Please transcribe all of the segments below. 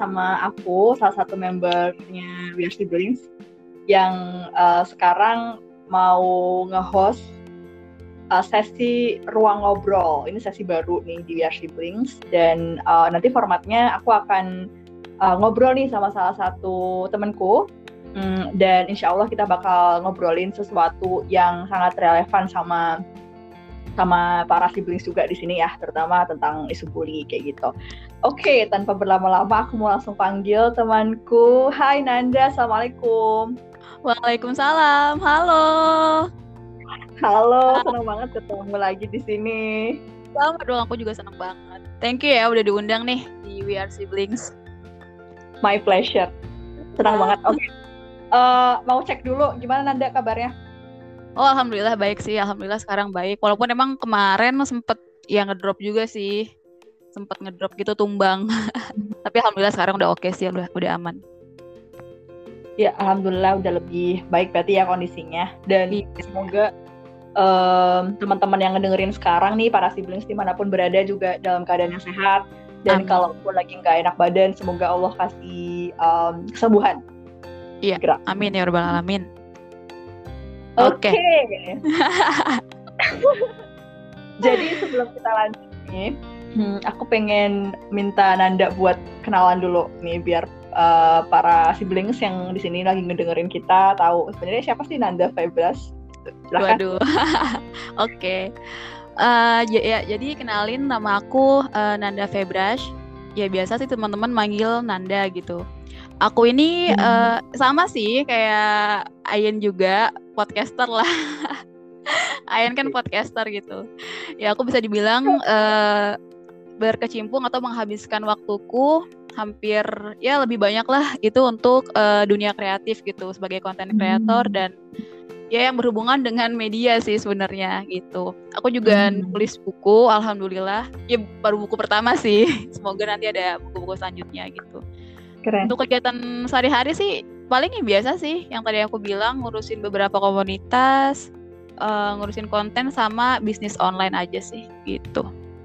sama aku, salah satu membernya We Are Siblings, yang sekarang mau nge-host sesi ruang ngobrol. Ini sesi baru nih di We Are Siblings, dan nanti formatnya aku akan ngobrol nih sama salah satu temanku, dan insya Allah kita bakal ngobrolin sesuatu yang sangat relevan sama para siblings juga di sini ya, terutama tentang isu bully kayak gitu. Oke, tanpa berlama-lama aku mau langsung panggil temanku. Hai Nanda, assalamualaikum. Waalaikumsalam, halo. Halo, senang banget ketemu lagi di sini. Sama dong, aku juga senang banget. Thank you ya udah diundang nih di We Are Siblings. My pleasure. Senang banget. Oke. Mau cek dulu gimana Nanda kabarnya? Oh, alhamdulillah baik sih. Alhamdulillah sekarang baik. Walaupun emang kemarin sempet ya ngedrop juga sih. Sempet ngedrop gitu, tumbang. Tapi alhamdulillah sekarang udah oke sih, udah aman. Ya, alhamdulillah udah lebih baik berarti ya kondisinya. Dan semoga teman-teman yang ngedengerin sekarang nih, para siblings dimanapun berada juga dalam keadaan yang sehat. Dan kalaupun lagi nggak enak badan, semoga Allah kasih kesembuhan. Iya, amin ya rabbal alamin. Oke. Jadi sebelum kita lanjut nih, aku pengen minta Nanda buat kenalan dulu nih, biar para siblings yang di sini lagi ngedengerin kita tahu sebenarnya siapa sih Nanda Febras. Waduh. Oke. Jadi kenalin, nama aku Nanda Febras. Ya biasa sih teman-teman manggil Nanda gitu. Aku ini sama sih kayak Ayen juga, podcaster lah. Ayen kan podcaster gitu. Ya aku bisa dibilang berkecimpung atau menghabiskan waktuku hampir ya lebih banyak lah itu untuk dunia kreatif gitu, sebagai content creator dan ya yang berhubungan dengan media sih sebenarnya gitu. Aku juga nulis buku, alhamdulillah. Ya baru buku pertama sih. Semoga nanti ada buku-buku selanjutnya gitu. Keren. Untuk kegiatan sehari-hari sih paling yang biasa sih, yang tadi aku bilang, ngurusin beberapa komunitas, ngurusin konten sama bisnis online aja sih gitu.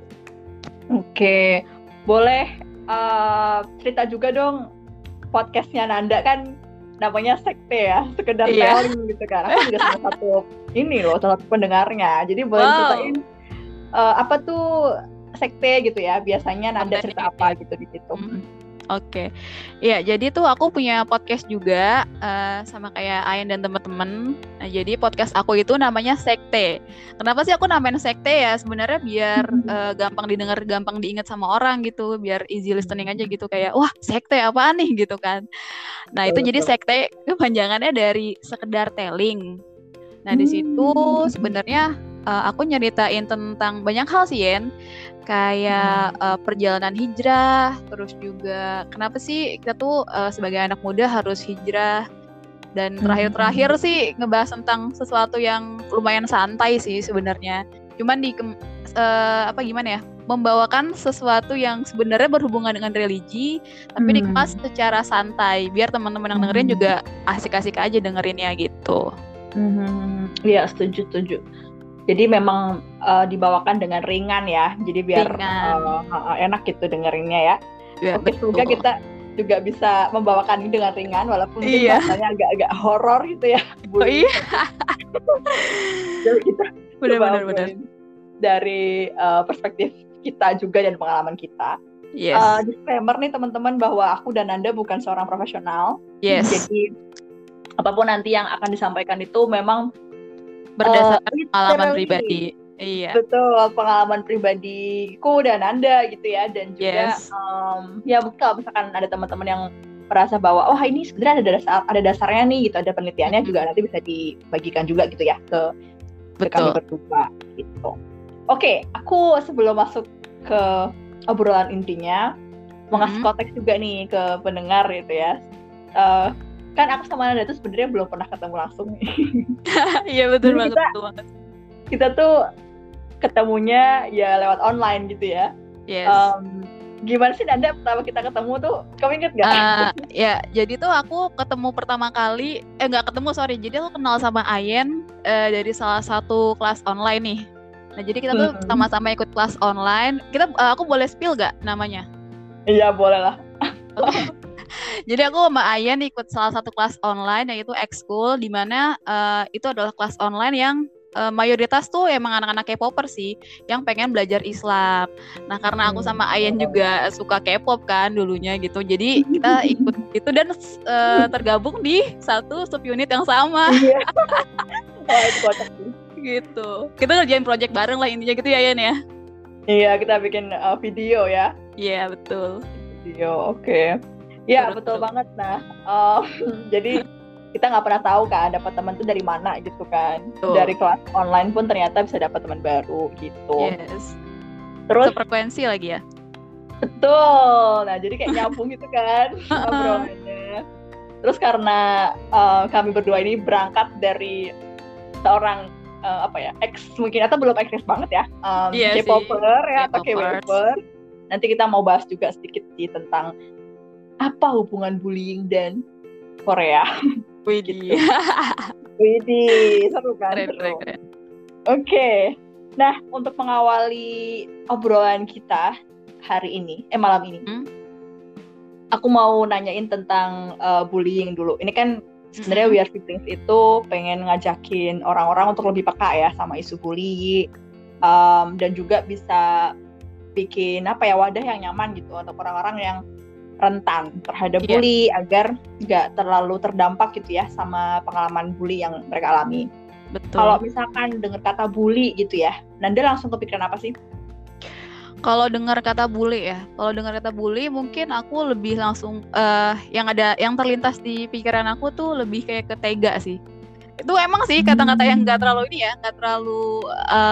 Oke, boleh cerita juga dong, podcastnya Nanda kan namanya Sekte ya, sekedar telling gitu kan. Aku juga salah satu salah satu pendengarnya. Jadi boleh ceritain apa tuh Sekte gitu ya, biasanya Nanda cerita apa gitu di situ. Oke. Ya, jadi tuh aku punya podcast juga sama kayak Ayen dan teman-teman. Nah, jadi podcast aku itu namanya Sekte. Kenapa sih aku namain Sekte ya? Sebenarnya biar gampang didengar, gampang diingat sama orang gitu, biar easy listening aja gitu, kayak wah, Sekte apaan nih gitu kan. Nah, itu jadi Sekte kepanjangannya dari sekedar telling. Nah, di situ sebenarnya aku nyeritain tentang banyak hal sih, Yen. Kayak perjalanan hijrah, terus juga kenapa sih kita tuh sebagai anak muda harus hijrah, dan terakhir sih ngebahas tentang sesuatu yang lumayan santai sih sebenarnya. Cuman gimana ya, membawakan sesuatu yang sebenarnya berhubungan dengan religi, tapi dikemas secara santai biar teman-teman yang dengerin juga asik-asik aja dengerinnya gitu. Iya, setuju. Jadi memang dibawakan dengan ringan ya, jadi biar enak gitu dengerinnya ya. Oke, semoga kita juga bisa membawakan ini dengan ringan, walaupun mungkin bahasanya agak-agak horor gitu ya. Jadi kita benar-benar dari perspektif kita juga dan pengalaman kita. Disclaimer nih teman-teman bahwa aku dan Nanda bukan seorang profesional. Jadi apapun nanti yang akan disampaikan itu memang berdasarkan pengalaman pribadi. Iya. Betul, pengalaman pribadiku dan Anda gitu ya, dan juga ya kalau misalkan ada teman-teman yang merasa bahwa ini sebenarnya ada dasarnya nih gitu, ada penelitiannya juga, nanti bisa dibagikan juga gitu ya ke kami berdua gitu. Oke, aku sebelum masuk ke obrolan intinya mau ngasih konteks juga nih ke pendengar gitu ya. Kan aku sama Nanda tuh sebenarnya belum pernah ketemu langsung nih. Iya betul banget. Kita tuh ketemunya ya lewat online gitu ya. Gimana sih Nanda pertama kita ketemu tuh? Kamu inget gak? Ya, jadi tuh aku ketemu pertama kali, jadi aku kenal sama Ayen dari salah satu kelas online nih. Nah jadi kita tuh sama-sama ikut kelas online. Aku boleh spill gak namanya? Iya boleh lah. Jadi aku sama Ayan ikut salah satu kelas online yaitu ekskul, di mana itu adalah kelas online yang mayoritas tuh emang anak-anak K-popper sih yang pengen belajar Islam. Nah karena aku sama Ayan juga suka K-pop kan dulunya gitu, jadi kita ikut itu dan tergabung di satu subunit yang sama. Iya. Oh, itu kocak sih. Gitu. Kita ngerjain project bareng lah intinya gitu ya Ayan ya. Iya, kita bikin video ya. Iya betul. Video, oke. Ya betul banget. Nah, jadi kita nggak pernah tahu kan dapat teman tuh dari mana gitu kan. Dari kelas online pun ternyata bisa dapat teman baru gitu. Yes. Terus frekuensi lagi ya. Betul. Nah jadi kayak nyambung gitu kan obrolannya. Terus karena kami berdua ini berangkat dari seorang ex mungkin atau belum eksis banget ya, K-popper ya atau K-popper. Nanti kita mau bahas juga sedikit sih tentang apa hubungan bullying dan Korea. Widih. Widih, seru kan? Keren. Oke. Nah, untuk mengawali obrolan kita hari ini, malam ini, aku mau nanyain tentang bullying dulu. Ini kan sebenarnya We Are Siblings itu pengen ngajakin orang-orang untuk lebih peka ya sama isu bully, dan juga bisa bikin wadah yang nyaman gitu untuk orang-orang yang rentan terhadap bully agar nggak terlalu terdampak gitu ya sama pengalaman bully yang mereka alami. Betul. Kalau misalkan dengar kata bully gitu ya, Nanda langsung kepikiran apa sih? Kalau dengar kata bully mungkin aku lebih langsung yang terlintas di pikiran aku tuh lebih kayak ketega sih. Itu emang sih kata-kata yang nggak terlalu nggak terlalu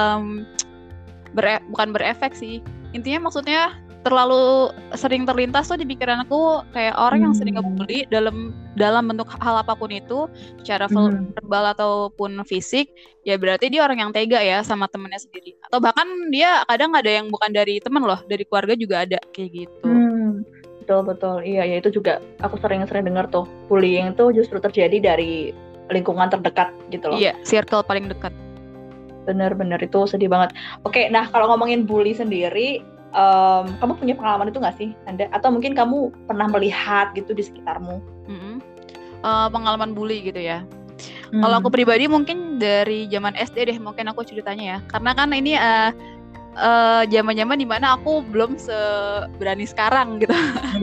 bukan berefek sih. Intinya maksudnya terlalu sering terlintas tuh di pikiran aku kayak orang yang sering ngebully dalam bentuk hal apapun itu, secara verbal ataupun fisik, ya berarti dia orang yang tega ya sama temennya sendiri. Atau bahkan dia kadang ada yang bukan dari teman loh, dari keluarga juga ada kayak gitu. Betul. Iya, ya itu juga aku sering-sering dengar tuh. Bullying itu justru terjadi dari lingkungan terdekat gitu loh. Iya, circle paling dekat. Bener-bener itu sedih banget. Oke, nah kalau ngomongin bully sendiri, kamu punya pengalaman itu nggak sih, Anda? Atau mungkin kamu pernah melihat gitu di sekitarmu? Pengalaman bully gitu ya. Kalau aku pribadi mungkin dari zaman SD deh mungkin aku ceritanya ya. Karena kan ini zaman-zaman dimana aku belum seberani sekarang gitu.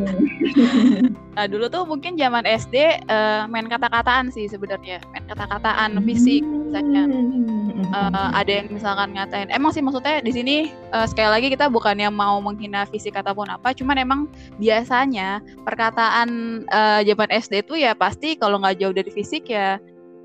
Nah dulu tuh mungkin zaman SD main kata-kataan sih sebenarnya, main kata-kataan fisik misalnya. Ada yang misalkan ngatain, emang sih maksudnya di sini sekali lagi kita bukannya mau menghina fisik ataupun apa, cuman emang biasanya perkataan zaman SD itu ya pasti kalau nggak jauh dari fisik ya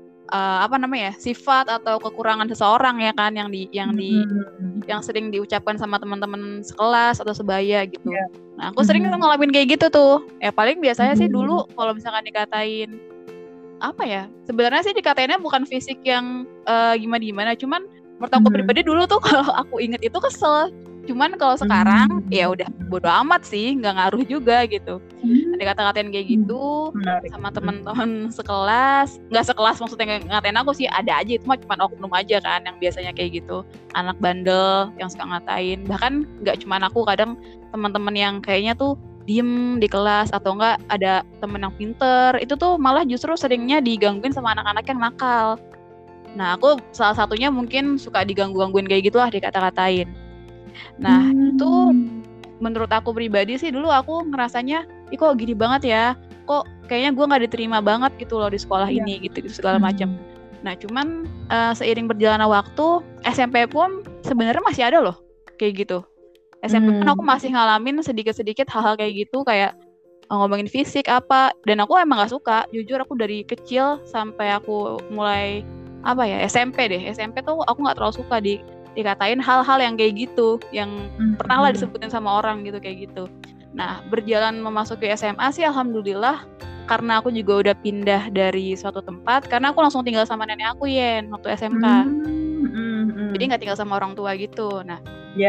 sifat atau kekurangan seseorang ya kan yang sering diucapkan sama teman-teman sekelas atau sebaya gitu. Nah aku sering ngalamin kayak gitu tuh. Ya paling biasanya sih dulu kalau misalkan dikatain sebenarnya sih dikatainnya bukan fisik yang gimana-gimana, cuman menurut aku pribadi dulu tuh kalau aku inget itu kesel. Cuman kalau sekarang ya udah bodo amat sih, nggak ngaruh juga gitu. Ada kata-katain kayak gitu sama teman-teman sekelas, nggak sekelas maksudnya ngatain aku sih, ada aja itu mah cuma oknum aja kan yang biasanya kayak gitu, anak bandel yang suka ngatain. Bahkan nggak cuma aku, kadang teman-teman yang kayaknya tuh diem di kelas atau enggak ada temen yang pinter, itu tuh malah justru seringnya digangguin sama anak-anak yang nakal. Nah aku salah satunya mungkin suka diganggu-gangguin kayak gitulah, dikata-katain. Nah itu menurut aku pribadi sih dulu aku ngerasanya kok gini banget ya, kok kayaknya gue gak diterima banget gitu loh di sekolah ini gitu segala macam. Nah cuman seiring berjalannya waktu SMP pun sebenarnya masih ada loh kayak gitu. SMP kan aku masih ngalamin sedikit-sedikit hal-hal kayak gitu, kayak ngomongin fisik apa, dan aku emang gak suka. Jujur aku dari kecil sampai aku mulai SMP tuh aku gak terlalu suka dikatain hal-hal yang kayak gitu, yang pernah lah disebutin sama orang gitu kayak gitu. Nah berjalan memasuki SMA sih alhamdulillah, karena aku juga udah pindah dari suatu tempat, karena aku langsung tinggal sama nenek aku waktu SMK. Jadi nggak tinggal sama orang tua gitu. Nah,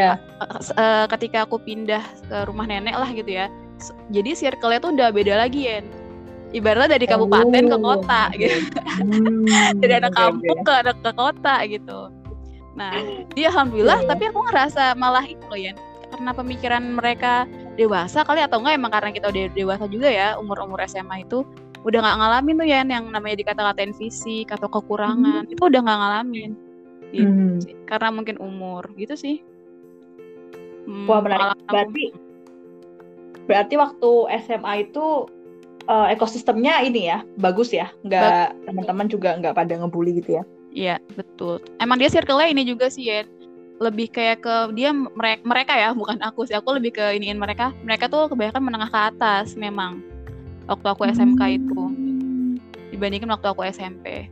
ketika aku pindah ke rumah nenek lah gitu ya, jadi circle-nya tuh udah beda lagi ibaratnya dari kabupaten ke kota gitu. Dari anak kampung ke kota gitu. Nah, dia alhamdulillah, tapi aku ngerasa malah itu loh karena pemikiran mereka dewasa kali, atau enggak emang karena kita udah dewasa juga ya, umur-umur SMA itu udah nggak ngalamin tuh ya yang namanya dikata-katain fisik atau kekurangan. Itu udah nggak ngalamin gitu sih. Karena mungkin umur gitu sih. Wah, menarik. Berarti waktu SMA itu ekosistemnya ini ya bagus ya, nggak teman-teman juga nggak pada ngebully gitu ya? Iya betul. Emang dia circle-nya ini juga sih ya, lebih kayak ke dia mereka ya, bukan aku sih. Aku lebih ke iniin mereka. Mereka tuh kebanyakan menengah ke atas memang waktu aku SMK itu dibandingkan waktu aku SMP.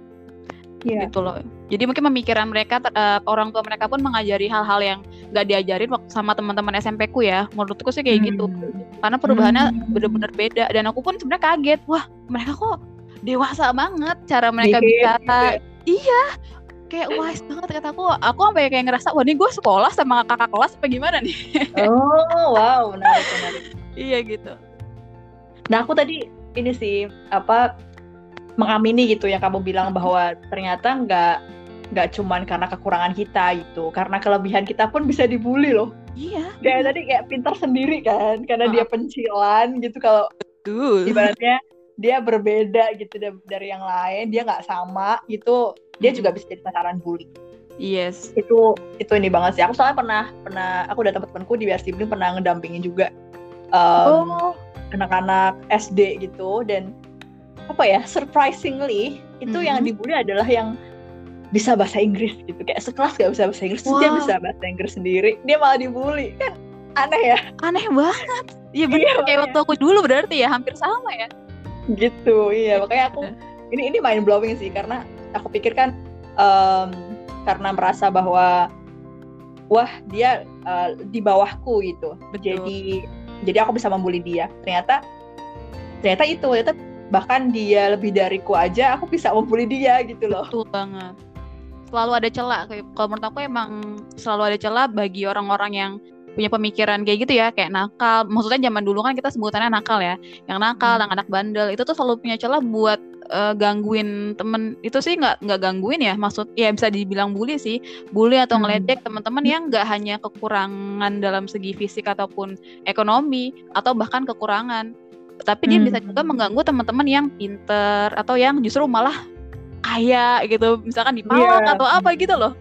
Gitu loh. Jadi mungkin pemikiran mereka, orang tua mereka pun mengajari hal-hal yang nggak diajarin waktu sama teman-teman SMP ku ya. Menurutku sih kayak gitu. Karena perubahannya benar-benar beda. Dan aku pun sebenarnya kaget. Wah, mereka kok dewasa banget cara mereka bicara. Iya, kayak wise banget kataku. Aku sampai kayak ngerasa, wah ini gue sekolah sama kakak kelas apa gimana nih? Oh, wow, menarik. Iya gitu. Nah, aku tadi ini sih mengamini gitu yang kamu bilang bahwa ternyata nggak cuman karena kekurangan kita gitu, karena kelebihan kita pun bisa dibully loh. Iya. Kayak tadi kayak pintar sendiri kan, karena dia pencilan gitu. Kalau ibaratnya dia berbeda gitu dari yang lain, dia nggak sama gitu, dia juga bisa jadi sasaran bully. Yes. Itu ini banget sih. Aku soalnya pernah aku udah teman-temanku di WR Sibling pernah ngedampingin juga anak-anak SD gitu, dan apa ya, surprisingly itu yang dibully adalah yang bisa bahasa Inggris gitu. Kayak sekelas gak bisa bahasa Inggris, dia bisa bahasa Inggris sendiri, dia malah dibully. Kan aneh ya? Aneh banget. Iya benar, kayak waktu aku dulu berarti ya, hampir sama ya. Gitu, iya. Makanya aku ini mind blowing sih, karena aku pikir kan karena merasa bahwa wah dia di bawahku gitu. Jadi aku bisa membuli dia. Ternyata bahkan dia lebih dariku aja aku bisa membuli dia gitu loh. Betul banget. Selalu ada celah. Kalau menurut aku emang selalu ada celah bagi orang-orang yang punya pemikiran kayak gitu ya, kayak nakal. Maksudnya zaman dulu kan kita sebutannya nakal ya. Yang nakal, yang anak bandel, itu tuh selalu punya celah buat gangguin temen. Itu sih nggak gangguin ya, maksud ya bisa dibilang bully sih. Bully atau ngeledek teman-teman yang nggak hanya kekurangan dalam segi fisik ataupun ekonomi, atau bahkan kekurangan. Tapi dia bisa juga mengganggu teman-teman yang pinter atau yang justru malah kaya gitu, misalkan dipalak atau apa gitu loh.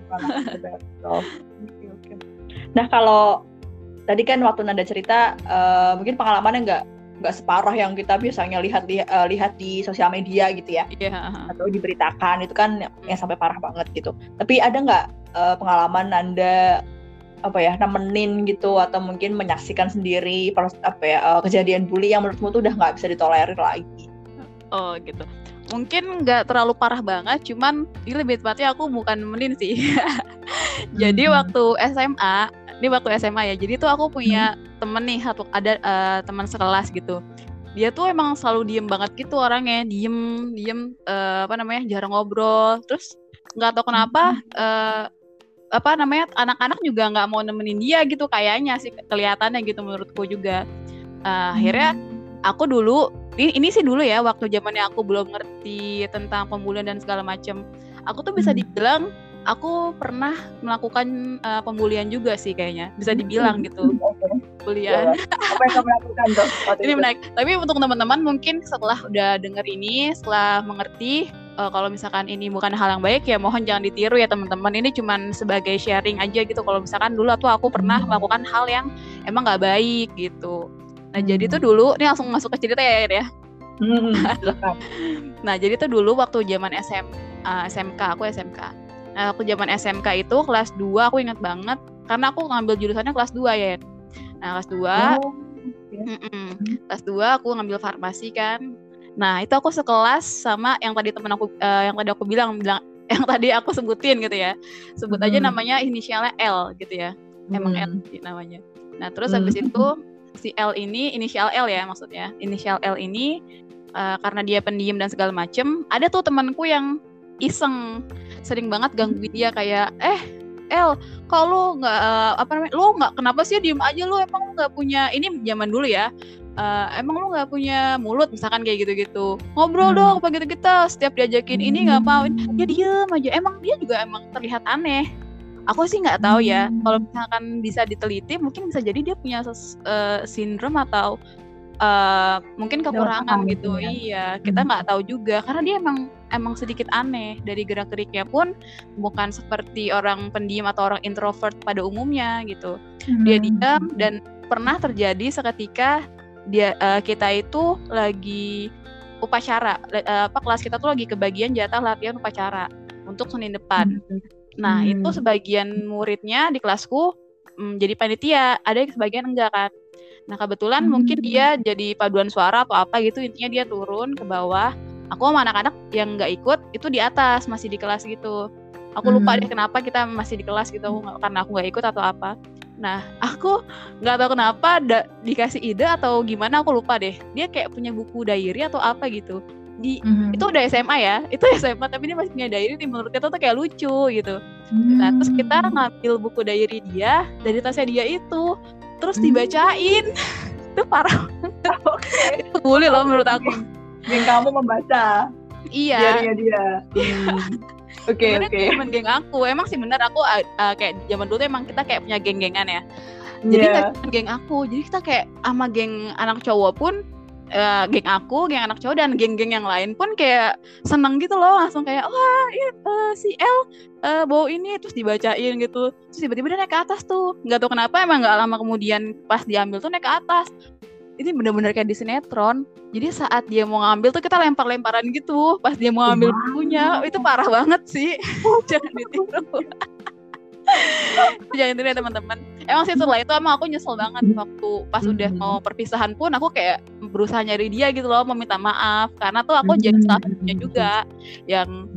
Nah, kalau tadi kan waktu Nanda cerita mungkin pengalamannya nggak separah yang kita biasanya lihat di sosial media gitu ya, atau diberitakan itu kan yang sampai parah banget gitu. Tapi ada nggak pengalaman Nanda nemenin gitu, atau mungkin menyaksikan sendiri kejadian bully yang menurutmu tuh udah nggak bisa ditolerir lagi? Oh gitu. Mungkin nggak terlalu parah banget, cuman ini lebih tepatnya aku bukan nemenin sih. Jadi waktu SMA ya. Jadi tuh aku punya temen nih, ada teman sekelas gitu. Dia tuh emang selalu diem banget gitu orangnya, diem jarang ngobrol. Terus nggak tahu kenapa anak-anak juga nggak mau nemenin dia gitu, kayaknya sih kelihatannya gitu menurutku juga. Akhirnya aku dulu ini sih dulu ya, waktu zamannya aku belum ngerti tentang pembulian dan segala macem, aku tuh bisa dibilang aku pernah melakukan pembulian juga sih, kayaknya bisa dibilang gitu. Bulian. Apa yang kamu lakukan tuh? Ini menarik. Tapi untuk teman-teman mungkin setelah udah denger ini, setelah mengerti kalau misalkan ini bukan hal yang baik, ya mohon jangan ditiru ya teman-teman. Ini cuman sebagai sharing aja gitu. Kalau misalkan dulu tuh aku pernah melakukan hal yang emang nggak baik gitu. Nah jadi tuh dulu, ini langsung masuk ke cerita ya. Nah jadi tuh dulu waktu zaman SMK. Nah waktu zaman SMK itu kelas 2 aku ingat banget, karena aku ngambil jurusannya kelas 2 ya. Nah kelas 2 kelas 2 aku ngambil farmasi kan. Nah itu aku sekelas sama yang tadi temen aku yang tadi aku bilang yang tadi aku sebutin gitu ya. Sebut aja namanya inisialnya L gitu ya. Emang L namanya. Nah terus habis itu si L ini, inisial L ya maksudnya. Inisial L ini karena dia pendiam dan segala macem, ada tuh temanku yang iseng sering banget gangguin dia kayak L, kalau lu nggak lu nggak, kenapa sih diem aja lu, emang lu nggak punya, ini zaman dulu ya, emang lu nggak punya mulut misalkan kayak gitu-gitu, ngobrol dong apa gitu-gitu. Setiap diajakin ini nggak mau, dia diem aja. Emang dia juga emang terlihat aneh Aku sih nggak tahu ya. Kalau misalkan bisa diteliti, mungkin bisa jadi dia punya sindrom atau mungkin kekurangan gitu. Ya. Iya, kita nggak tahu juga karena dia emang sedikit aneh. Dari gerak-geriknya pun bukan seperti orang pendiam atau orang introvert pada umumnya gitu. Dia diam dan pernah terjadi seketika kita itu lagi upacara, kelas kita tuh lagi kebagian jatah latihan upacara untuk Senin depan. Nah, itu sebagian muridnya di kelasku jadi panitia, ada yang sebagian enggak kan. Nah, kebetulan mungkin dia jadi paduan suara atau apa gitu, intinya dia turun ke bawah. Aku sama anak-anak yang enggak ikut itu di atas, masih di kelas gitu. Aku lupa deh kenapa kita masih di kelas gitu, karena aku enggak ikut atau apa. Nah, aku nggak tahu kenapa dikasih ide atau gimana, aku lupa deh. Dia kayak punya buku diary atau apa gitu. Itu udah SMA ya, itu SMA tapi dia masih punya diary, menurut kita tuh kayak lucu gitu. Nah, terus kita ngambil buku diary dia dari tasnya dia itu, terus dibacain. Itu parah banget. Itu bully loh menurut aku. Geng kamu membaca iya diary dia. Oke. Temen geng aku emang sih benar, aku kayak zaman dulu tuh emang kita kayak punya geng-gengan ya. Jadi nggak cuma geng aku, jadi kita kayak sama geng anak cowok pun, geng aku, geng anak cowok dan geng-geng yang lain pun kayak seneng gitu loh, langsung kayak wah ya, si El bawa ini, terus dibacain gitu, terus tiba-tiba dia naik ke atas tuh, nggak tahu kenapa, emang nggak lama kemudian pas diambil tuh naik ke atas. Ini benar-benar kayak di sinetron. Jadi saat dia mau ngambil tuh kita lempar-lemparan gitu. Pas dia mau ngambil bukunya, itu parah banget sih. Jangan ditiru. Jangan ditiru ya teman-teman. Emang sih setelah itu emang aku nyesel banget waktu pas udah mau perpisahan pun aku kayak berusaha nyari dia gitu loh, meminta maaf karena tuh aku jadi salah satunya juga yang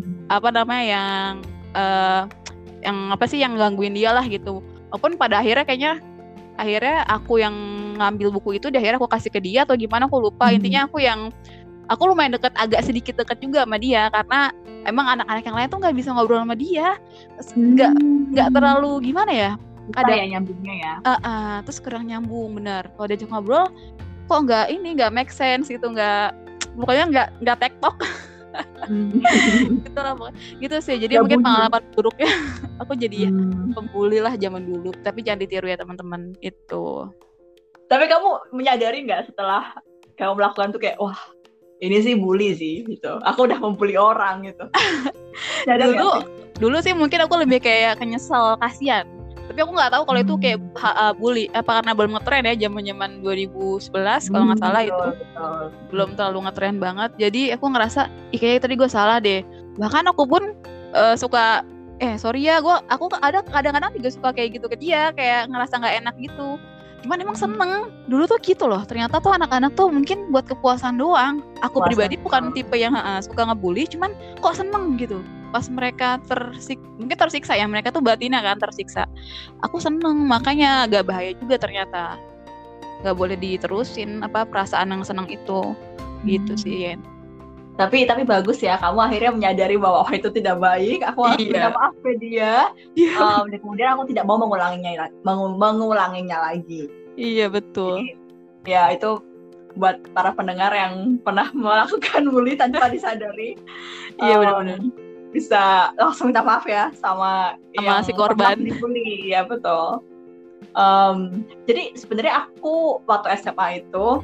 yang apa sih yang gangguin dia lah gitu. Walaupun pada akhirnya aku yang ngambil buku itu, akhirnya aku kasih ke dia atau gimana aku lupa. Intinya aku lumayan agak sedikit dekat juga sama dia karena emang anak-anak yang lain tuh nggak bisa ngobrol sama dia, nggak terlalu gimana ya, ada ya nyambungnya ya. Terus kurang nyambung bener. Kalau diajak ngobrol kok nggak make sense gitu, pokoknya nggak tektok. Gitu sih. Jadi ya, mungkin pengalaman buruknya aku jadi pembuli lah zaman dulu, tapi jangan ditiru ya teman-teman itu. Tapi kamu menyadari nggak setelah kamu melakukan tuh kayak wah ini sih bully sih gitu, aku udah membuli orang gitu. dulu sih mungkin aku lebih kayak nyesel, kasihan. Tapi aku nggak tahu kalau itu kayak bully apa karena belum ngetren ya, zaman 2011 kalau nggak salah itu belum terlalu ngetren banget. Jadi aku ngerasa kayaknya tadi gue salah deh. Bahkan aku pun suka sorry ya, aku ada kadang-kadang juga suka kayak gitu ke dia, kayak ngerasa nggak enak gitu. Cuman emang seneng dulu tuh gitu loh. Ternyata tuh anak-anak tuh mungkin buat kepuasan doang. Aku pribadi bukan tipe yang suka ngebully, cuman kok seneng gitu. Pas mereka mungkin tersiksa ya, mereka tuh batinnya kan tersiksa. Aku seneng, makanya agak bahaya juga ternyata. Gak boleh diterusin perasaan yang seneng itu. Gitu sih. Tapi bagus ya, kamu akhirnya menyadari bahwa itu tidak baik. Aku harus minta maaf ke dia. Dan kemudian aku tidak mau mengulanginya lagi. Iya betul. Jadi, ya itu buat para pendengar yang pernah melakukan bully tanpa disadari. Iya benar-benar. Bisa langsung minta maaf ya sama yang si korban dibully. Ya betul. Jadi sebenarnya aku waktu SMA itu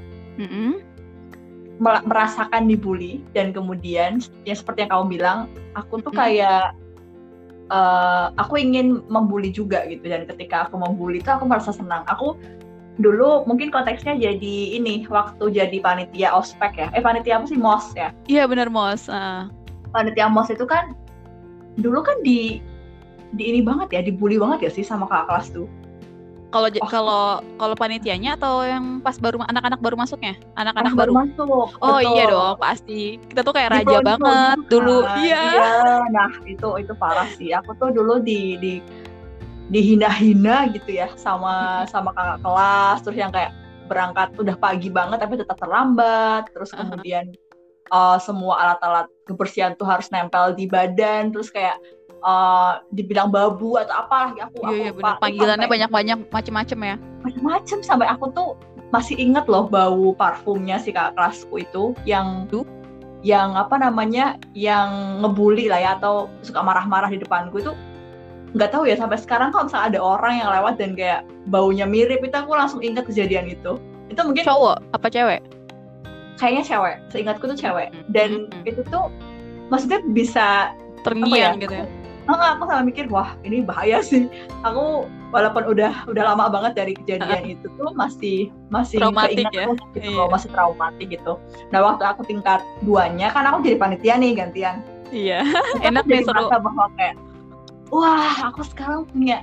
merasakan dibully, dan kemudian ya seperti yang kamu bilang, aku tuh kayak aku ingin membuli juga gitu, dan ketika aku membuli itu aku merasa senang. Aku dulu mungkin konteksnya jadi ini waktu jadi panitia ospek ya, panitia apa sih, MOS ya? Iya benar, MOS. Panitia MOS itu kan dulu kan di ini banget ya, dibully banget ya sih sama kakak kelas tuh. Kalau panitianya atau yang pas anak-anak baru masuknya? Anak-anak baru masuk. Oh betul. Iya dong, pasti. Kita tuh kayak raja banget dulu. Iya. Nah, itu parah sih. Aku tuh dulu dihina-hina gitu ya sama kakak kelas, terus yang kayak berangkat udah pagi banget tapi tetap terlambat, terus kemudian semua alat-alat kebersihan tuh harus nempel di badan, terus kayak dibilang babu atau apalah, aku benar, panggilannya banyak-banyak macem-macem ya. Macem-macem, sampai aku tuh masih inget loh bau parfumnya si kakak kelasku itu yang yang ngebully lah ya, atau suka marah-marah di depanku itu. nggak tahu ya sampai sekarang kalau misalnya ada orang yang lewat dan kayak baunya mirip itu aku langsung ingat kejadian itu mungkin Cowok apa cewek? kayaknya cewek, seingatku tuh cewek. Dan itu tuh maksudnya bisa terngiang gitu ya. Aku sama mikir wah ini bahaya sih. Aku walaupun udah lama banget dari kejadian itu tuh masih traumatik keinget ya. Gitu loh, masih traumatik gitu. Nah waktu aku tingkat 2-nya kan aku jadi panitia nih gantian. Iya. Enak nih seru. Bahwa kayak wah aku sekarang punya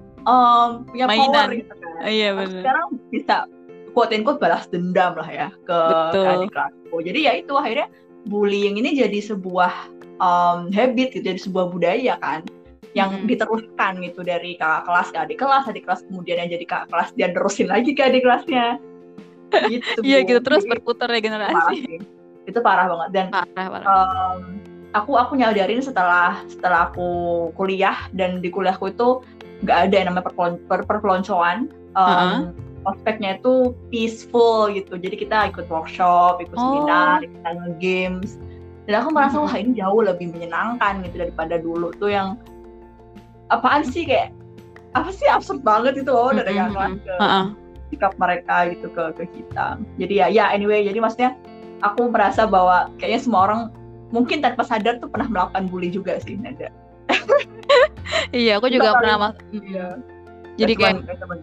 mainan. power gitu kan. Iya benar. Sekarang bisa quote-unquote balas dendam lah ya ke adik kelasku. Jadi ya itu akhirnya bullying ini jadi sebuah habit gitu, jadi sebuah budaya kan yang diteruskan gitu dari kakak kelas ke adik kelas kemudian yang jadi kakak kelas dia terusin lagi ke adik kelasnya. Gitu. Iya gitu terus berputar ya generasi. Itu parah banget dan parah. Aku nyadarin setelah aku kuliah dan di kuliahku itu nggak ada yang namanya perpeloncoan. Prospeknya itu peaceful gitu. Jadi kita ikut workshop, ikut seminar, kita nge-games. Dan aku merasa wah ini jauh lebih menyenangkan gitu daripada dulu tuh yang apaan sih kayak apa sih absurd banget itu loh dari kelas ke sikap mereka gitu ke kita. Jadi ya anyway, jadi maksudnya aku merasa bahwa kayaknya semua orang mungkin tanpa sadar tuh pernah melakukan bully juga sih Nada. Iya, aku juga pernah. Jadi kayak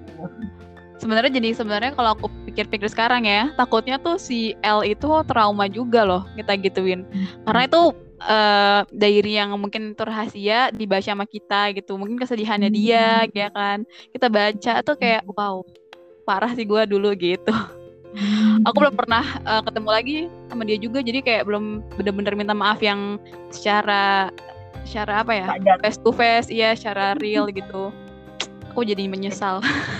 sebenarnya kalau aku pikir-pikir sekarang ya, takutnya tuh si L itu trauma juga loh kita gituin. Karena itu diary yang mungkin itu rahasia dibaca sama kita gitu. Mungkin kesedihannya dia ya kan. Kita baca tuh kayak wow, parah sih gue dulu gitu. Aku belum pernah ketemu lagi sama dia juga, jadi kayak belum benar-benar minta maaf yang secara apa ya, face to face, iya secara real gitu. Aku jadi menyesal.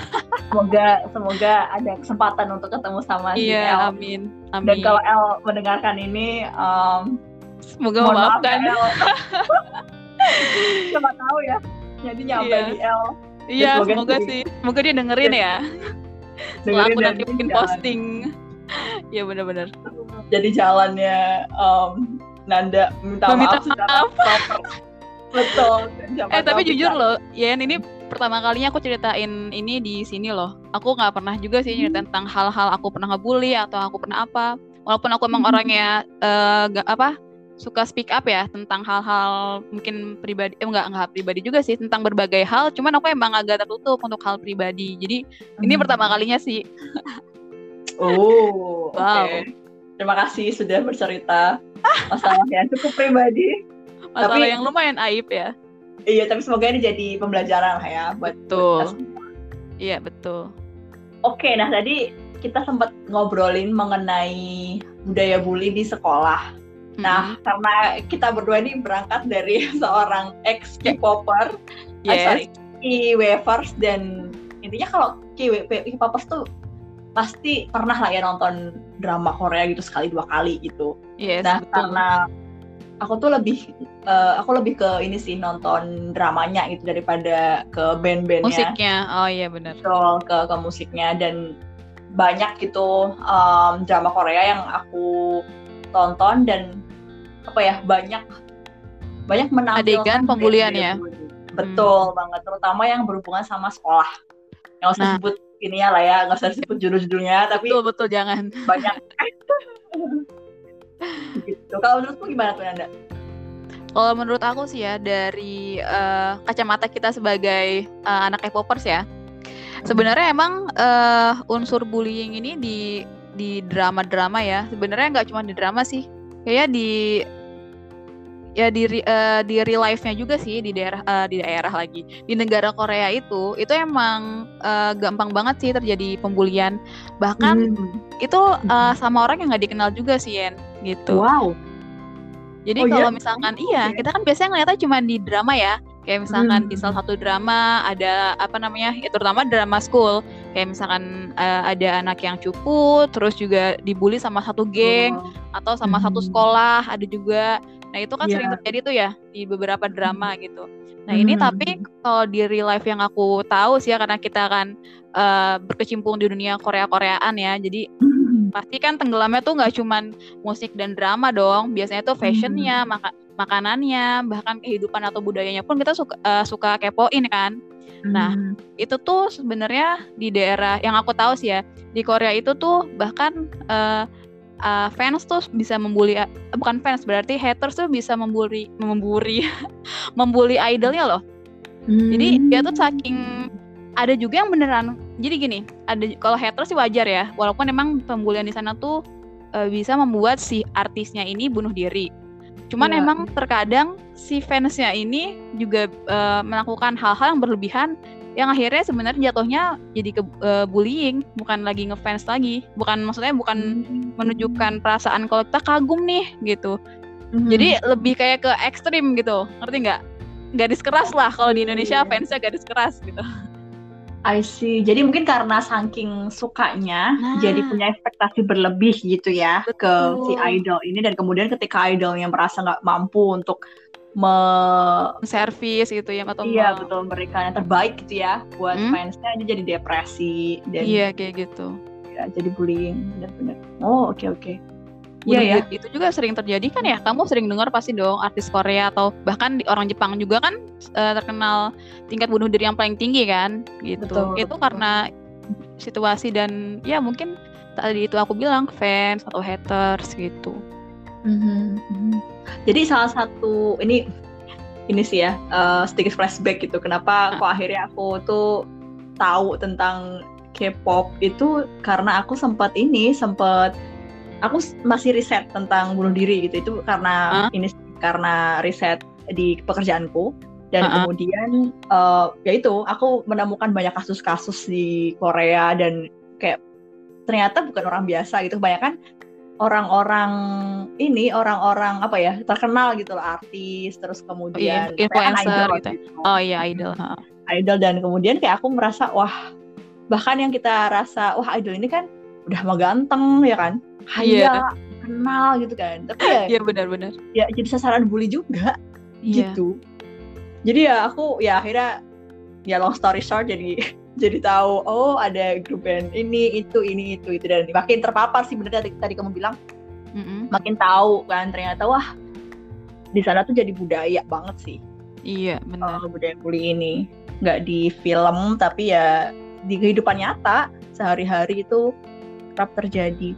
Semoga ada kesempatan untuk ketemu sama si L. Amin. Dan kalau L mendengarkan ini, semoga memaafkan. Siapa tahu ya, jadi nyampe di L. Iya, semoga sih. Semoga dia dengerin ya. Setelah aku nanti bikin posting. Iya benar-benar. Jadi jalannya Nanda minta maaf. Betul. Tapi jujur loh, Yen, ini pertama kalinya aku ceritain ini di sini loh. Aku nggak pernah juga sih ceritain tentang hal-hal aku pernah ngebully atau aku pernah apa. Walaupun aku emang orangnya suka speak up ya tentang hal-hal mungkin pribadi, nggak pribadi juga sih, tentang berbagai hal. Cuman aku emang agak tertutup untuk hal pribadi. Jadi ini pertama kalinya sih. Wow. Okay. Terima kasih sudah bercerita masalah yang cukup pribadi. Masalah yang lumayan aib ya. Iya, tapi semoga ini jadi pembelajaran lah ya buat kita semua. Iya, betul. Oke, nah tadi kita sempat ngobrolin mengenai budaya bully di sekolah. Nah, karena kita berdua ini berangkat dari seorang ex-K-popper, K-wavers, dan intinya kalau K-popers tuh pasti pernah lah ya nonton drama Korea gitu sekali 2 kali gitu. Yes, nah, betul. Karena aku tuh lebih ke ini sih nonton dramanya gitu daripada ke band-bandnya. Musiknya, oh iya benar. Betul, ke musiknya, dan banyak gitu drama Korea yang aku tonton dan banyak menampilkan adegan pembulian ya. Betul banget, terutama yang berhubungan sama sekolah. Nggak usah sebut ini ya lah ya, nggak usah sebut judul-judulnya, tapi betul jangan. Banyak. Gitu. Kalau menurutmu gimana tuh Nanda? Kalau menurut aku sih ya dari kacamata kita sebagai anak K-popers ya, sebenarnya emang unsur bullying ini di drama-drama ya, sebenarnya nggak cuma di drama sih, kayak di real life-nya juga sih, di daerah lagi di negara Korea itu emang gampang banget sih terjadi pembulian, bahkan itu sama orang yang nggak dikenal juga sih Yen gitu. Wow. Jadi kalau misalkan kita kan biasanya ngeliatnya cuma di drama ya, kayak misalkan di salah satu drama ada ya terutama drama school, kayak misalkan ada anak yang cupu terus juga dibully sama satu geng atau sama satu sekolah ada juga. Nah itu kan sering terjadi tuh ya di beberapa drama gitu. Nah ini tapi kalau di real life yang aku tahu sih ya, karena kita kan berkecimpung di dunia Korea-Koreaan ya, jadi pasti kan tenggelamnya tuh nggak cuman musik dan drama dong, biasanya tuh fashionnya, makanannya, bahkan kehidupan atau budayanya pun kita suka kepoin kan. Nah, itu tuh sebenarnya di daerah yang aku tahu sih ya, di Korea itu tuh bahkan fans tuh bisa membuli, bukan fans, berarti haters tuh bisa membuli idolnya loh. Jadi dia tuh saking, ada juga yang beneran, jadi gini, ada kalau haters sih wajar ya, walaupun emang pembulian di sana tuh bisa membuat si artisnya ini bunuh diri. Cuman emang terkadang si fansnya ini juga melakukan hal-hal yang berlebihan, yang akhirnya sebenarnya jatuhnya jadi ke bullying, bukan lagi ngefans lagi, bukan menunjukkan perasaan kalau kita kagum nih gitu. Jadi lebih kayak ke ekstrim gitu, ngerti nggak? Garis keras lah kalau di Indonesia fansnya garis keras gitu. I see. Jadi mungkin karena saking sukanya, jadi punya ekspektasi berlebih gitu ya. Betul. Ke si idol ini, dan kemudian ketika idolnya merasa nggak mampu untuk servis gitu ya, atau betul, memberikan yang terbaik gitu ya buat fansnya, ini jadi depresi dan kayak gitu. Ya, jadi bullying, benar-benar. Oh, oke. Iya ya. Itu juga sering terjadi kan ya. Kamu sering dengar pasti dong artis Korea atau bahkan orang Jepang juga kan terkenal tingkat bunuh diri yang paling tinggi kan gitu. Itu karena situasi dan ya mungkin tadi itu aku bilang fans atau haters gitu. Jadi salah satu ini sih ya, sedikit flashback gitu. Kenapa kok akhirnya aku tuh tahu tentang K-pop itu karena aku aku masih riset tentang bunuh diri gitu. Itu karena karena riset di pekerjaanku, dan kemudian ya itu aku menemukan banyak kasus-kasus di Korea, dan kayak ternyata bukan orang biasa gitu. Kebanyakan orang-orang apa ya, terkenal gitu loh, artis, terus kemudian influencer idol, gitu. Idol, dan kemudian kayak aku merasa wah, bahkan yang kita rasa wah idol ini kan udah mah ganteng ya kan, kenal gitu kan, tapi ya benar-benar ya jadi sasaran bully juga gitu. Jadi ya aku ya akhirnya ya long story short jadi tahu, oh ada grup band ini itu, dan makin terpapar sih, bener tadi kamu bilang, makin tahu kan ternyata wah di sana tuh jadi budaya banget sih. Iya benar. Budaya bully ini nggak di film tapi ya di kehidupan nyata sehari-hari itu kerap terjadi.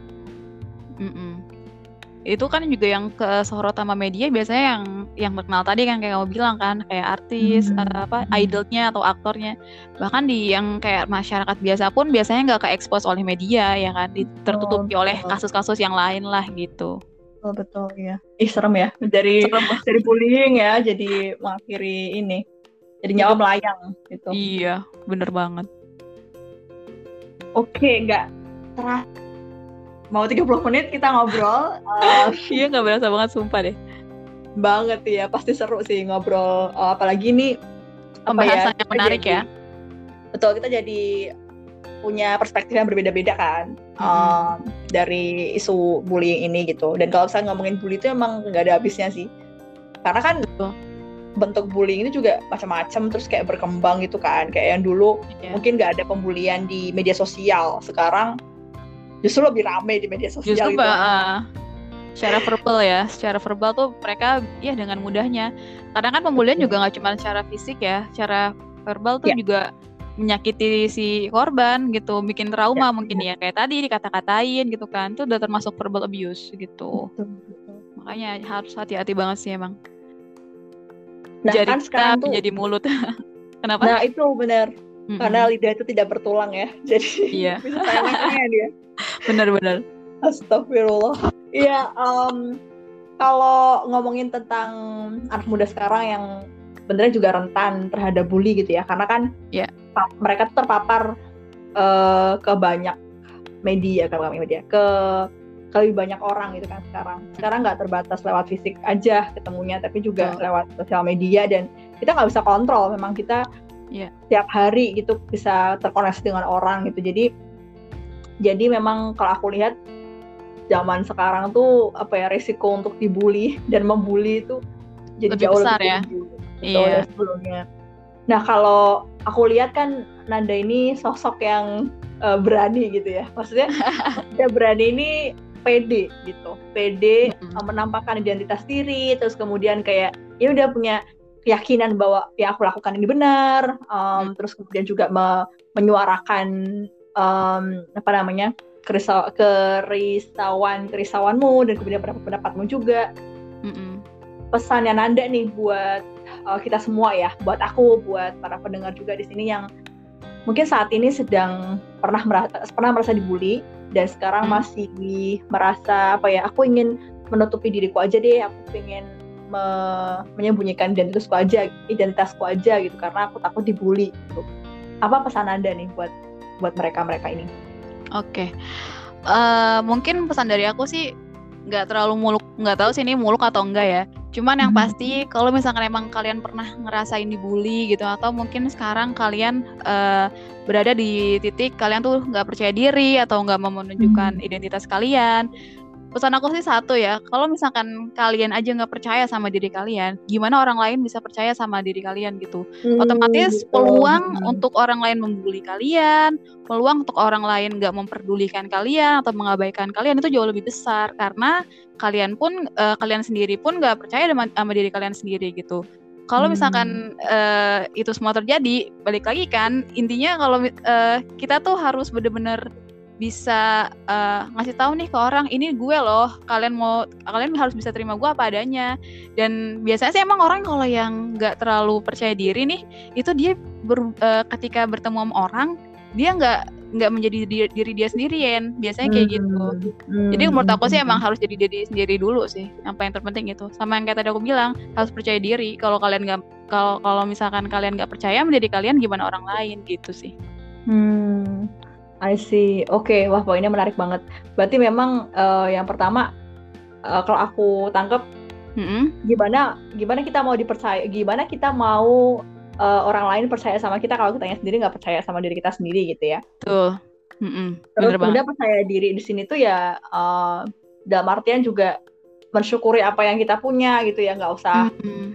Itu kan juga yang kesorot sama media biasanya yang terkenal tadi kan, kayak kamu bilang kan, kayak artis, idolnya atau aktornya. Bahkan di yang kayak masyarakat biasa pun biasanya nggak ke-expose oleh media ya kan, tertutupi oleh kasus-kasus yang lain lah gitu. Betul ya. Serem ya, dari bullying ya jadi mengakhiri ini, jadi nyawa melayang gitu. Iya, bener banget. Oke, nggak terasa mau 30 menit kita ngobrol. Iya, nggak berasa banget, sumpah deh. Banget ya, pasti seru sih ngobrol. Apalagi ini pembahasan yang menarik ya. Betul, kita jadi punya perspektif yang berbeda-beda kan, dari isu bullying ini gitu. Dan kalau misalnya ngomongin bully itu emang nggak ada habisnya sih. Karena kan bentuk bullying ini juga macam-macam, terus kayak berkembang gitu kan. Kayak yang dulu mungkin nggak ada pembulian di media sosial, sekarang justru lebih rame di media sosial. Justru gitu. Secara verbal tuh mereka ya dengan mudahnya. Kadang kan pembulian juga nggak cuma secara fisik ya, secara verbal tuh juga menyakiti si korban gitu, bikin trauma mungkin ya, kayak tadi dikata-katain gitu kan, itu udah termasuk verbal abuse gitu. Betul. Makanya harus hati-hati banget sih emang. Nah, jadi kan sekarang tuh jadi mulut. Kenapa? Nah itu benar, karena lidah itu tidak bertulang ya, jadi bisa sayangnya dia. Benar-benar. Astagfirullah. Iya, kalau ngomongin tentang anak muda sekarang yang benernya juga rentan terhadap bully gitu ya, karena kan mereka tuh terpapar ke banyak media, ke lebih banyak orang gitu kan sekarang nggak terbatas lewat fisik aja ketemunya, tapi juga lewat sosial media, dan kita nggak bisa kontrol, memang kita setiap hari gitu bisa terkoneksi dengan orang gitu. Jadi memang kalau aku lihat zaman sekarang tuh resiko untuk dibully dan membuli itu jadi lebih jauh besar lebih tinggi dari sebelumnya. Nah kalau aku lihat kan Nanda ini sosok yang berani gitu ya, maksudnya dia berani ini pede gitu, pede menampakkan identitas diri, terus kemudian kayak ya udah punya keyakinan bahwa yang aku lakukan ini benar, terus kemudian juga menyuarakan kerisauanmu dan kemudian pendapatmu juga. Pesannya Nanda nih buat kita semua ya, buat aku, buat para pendengar juga di sini yang mungkin saat ini sedang pernah merasa dibully dan sekarang masih merasa aku ingin menutupi diriku aja deh, aku ingin menyembunyikan identitasku aja gitu karena aku takut dibully gitu. Apa pesan Anda nih buat mereka ini? Oke. Mungkin pesan dari aku sih nggak terlalu muluk, nggak tahu sih ini muluk atau enggak ya. Cuman yang pasti kalau misalkan emang kalian pernah ngerasain dibully gitu, atau mungkin sekarang kalian berada di titik kalian tuh nggak percaya diri atau nggak mau menunjukkan identitas kalian, pesan aku sih satu ya, kalau misalkan kalian aja nggak percaya sama diri kalian, gimana orang lain bisa percaya sama diri kalian gitu. Otomatis peluang untuk orang lain membuli kalian, peluang untuk orang lain nggak memperdulikan kalian atau mengabaikan kalian itu jauh lebih besar, karena kalian sendiri pun nggak percaya sama diri kalian sendiri gitu. Kalau misalkan itu semua terjadi, balik lagi kan, intinya kalau kita tuh harus bener-bener bisa ngasih tahu nih ke orang, ini gue loh, kalian harus bisa terima gue apa adanya. Dan biasanya sih emang orang kalau yang nggak terlalu percaya diri nih, itu dia ketika bertemu sama orang, dia nggak menjadi diri dia sendirian, biasanya kayak gitu. Jadi menurut aku sih emang harus jadi diri sendiri dulu sih, yang paling terpenting itu. Sama yang kayak tadi aku bilang, harus percaya diri. Kalau misalkan kalian nggak percaya menjadi kalian, gimana orang lain gitu sih. I see. Oke, wah poinnya menarik banget. Berarti memang yang pertama kalau aku tangkap, gimana kita mau dipercaya, gimana kita mau orang lain percaya sama kita kalau kitanya sendiri nggak percaya sama diri kita sendiri gitu ya. Tuh. Terus kemudian percaya diri di sini tuh ya dalam artian juga mensyukuri apa yang kita punya gitu ya, nggak usah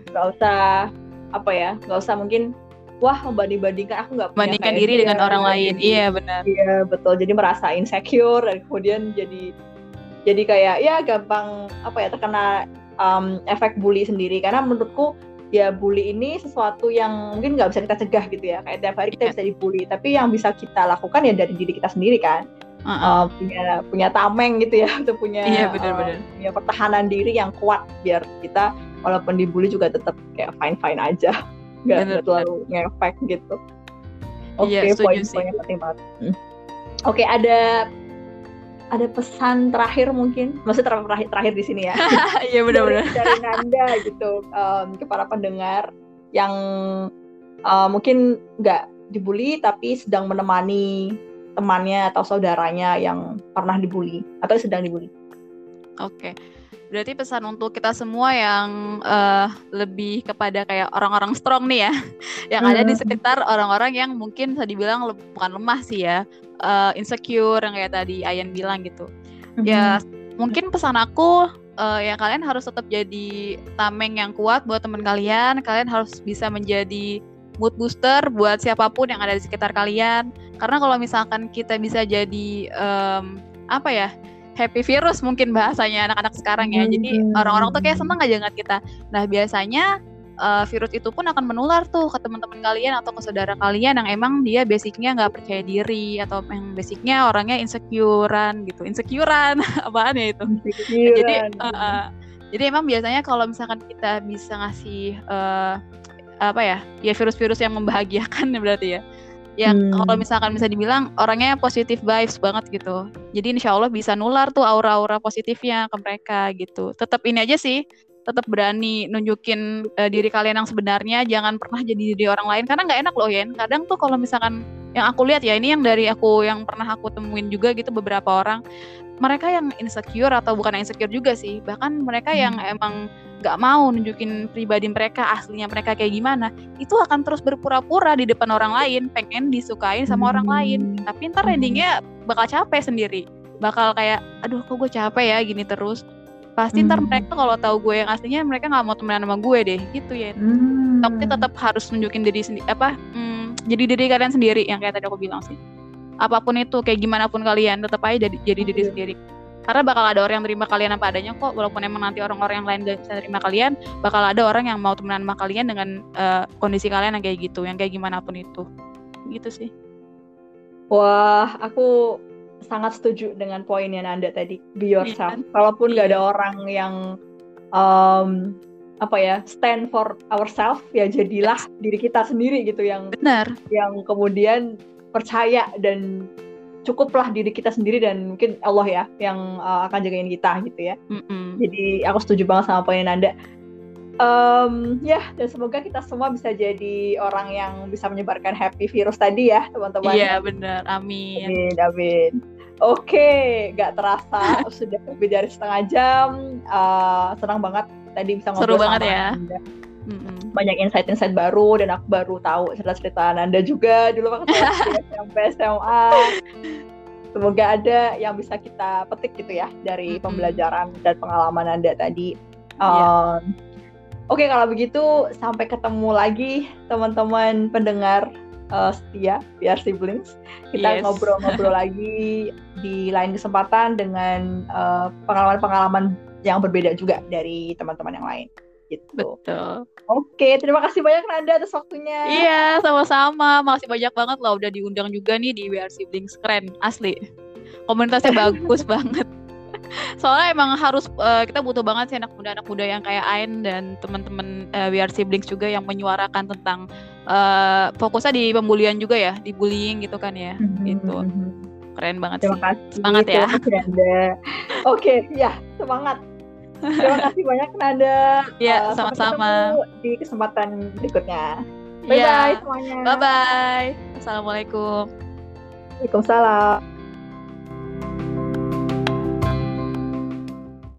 mungkin membanding-bandingkan, aku nggak punya bandingkan diri dengan orang lain. Iya benar. Iya betul. Jadi merasa insecure dan kemudian jadi kayak ya gampang terkena efek bully sendiri. Karena menurutku ya bully ini sesuatu yang mungkin nggak bisa kita cegah gitu ya. Kayak tiap hari kita bisa dibully, tapi yang bisa kita lakukan ya dari diri kita sendiri kan. Punya tameng gitu ya, atau punya pertahanan diri yang kuat biar kita walaupun dibully juga tetap kayak fine aja. Nggak terlalu ngefek gitu. Oke, poin-poinnya penting banget. Oke, ada pesan terakhir mungkin, maksudnya terakhir di sini ya. Iya benar-benar. Dari Nanda gitu ke para pendengar yang mungkin nggak dibully tapi sedang menemani temannya atau saudaranya yang pernah dibully atau sedang dibully. Oke. Berarti pesan untuk kita semua yang lebih kepada kayak orang-orang strong nih ya, yang ada di sekitar orang-orang yang mungkin bisa dibilang bukan lemah sih ya, insecure yang kayak tadi Ayan bilang gitu. Ya mungkin pesan aku ya kalian harus tetap jadi tameng yang kuat buat teman kalian harus bisa menjadi mood booster buat siapapun yang ada di sekitar kalian. Karena kalau misalkan kita bisa jadi happy virus mungkin bahasanya anak-anak sekarang ya. Jadi orang-orang tuh kayak seneng aja ngeliat kita. Nah biasanya virus itu pun akan menular tuh ke teman-teman kalian atau ke saudara kalian yang emang dia basicnya nggak percaya diri atau yang basicnya orangnya insecurean apaan ya itu. Jadi emang biasanya kalau misalkan kita bisa ngasih virus-virus yang membahagiakan berarti ya. Yang kalau misalkan bisa dibilang orangnya positive vibes banget gitu. Jadi insya Allah bisa nular tuh aura-aura positifnya ke mereka gitu. Tetap ini aja sih, tetap berani nunjukin diri kalian yang sebenarnya. Jangan pernah jadi diri orang lain, karena nggak enak loh Yen. Kadang tuh kalau misalkan yang aku lihat ya, ini yang dari aku yang pernah aku temuin juga gitu, beberapa orang, mereka yang insecure atau bukan insecure juga sih, bahkan mereka yang emang gak mau nunjukin pribadi mereka, aslinya mereka kayak gimana, itu akan terus berpura-pura di depan orang lain, pengen disukain sama orang lain, tapi ntar endingnya bakal capek sendiri, bakal kayak, aduh kok gue capek ya gini terus, pasti ntar mereka kalau tahu gue yang aslinya mereka gak mau temenan sama gue deh, gitu ya. Tapi tetap harus nunjukin diri sendiri, jadi diri kalian sendiri, yang kayak tadi aku bilang sih. Apapun itu, kayak gimana pun kalian, tetap aja jadi diri sendiri. Karena bakal ada orang yang terima kalian apa adanya kok, walaupun emang nanti orang-orang yang lain gak bisa terima kalian, bakal ada orang yang mau temenan sama kalian dengan kondisi kalian yang kayak gitu, yang kayak gimana pun itu. Gitu sih. Wah, aku sangat setuju dengan poinnya Nanda tadi. Be yourself. Kalaupun gak ada orang yang stand for ourselves, ya jadilah diri kita sendiri gitu yang benar, yang kemudian percaya dan cukuplah diri kita sendiri dan mungkin Allah ya yang akan jagain kita gitu ya. Jadi aku setuju banget sama poinnya Nanda. Dan semoga kita semua bisa jadi orang yang bisa menyebarkan happy virus tadi ya teman-teman. Iya benar, amin. Amin. Oke, gak terasa sudah lebih dari setengah jam. Senang banget tadi bisa ngobrol sama banget ya. Nanda. Banyak insight-insight baru dan aku baru tahu cerita-cerita Nanda juga dulu waktu SMP SMA. Semoga ada yang bisa kita petik gitu ya dari pembelajaran dan pengalaman Nanda tadi. Oke, kalau begitu sampai ketemu lagi teman-teman pendengar setia We Are Siblings. Kita ngobrol-ngobrol lagi di lain kesempatan dengan pengalaman-pengalaman yang berbeda juga dari teman-teman yang lain. Gitu. Betul. Oke, terima kasih banyak Nanda atas waktunya. Iya, sama-sama. Makasih banyak banget loh udah diundang juga nih di We Are Siblings. Keren, asli. Komunitasnya bagus banget. Soalnya emang harus kita butuh banget sih anak muda yang kayak Ain dan teman-teman We Are Siblings juga yang menyuarakan tentang fokusnya di pembulian juga ya, di bullying gitu kan ya. Gitu. Keren banget terima sih. Kasih, semangat ya. Terima kasih Nanda. Oke, ya, semangat. Terima kasih banyak Nanda. Ya, sama-sama. Di kesempatan berikutnya. Bye-bye semuanya. Bye-bye. Assalamualaikum. Waalaikumsalam.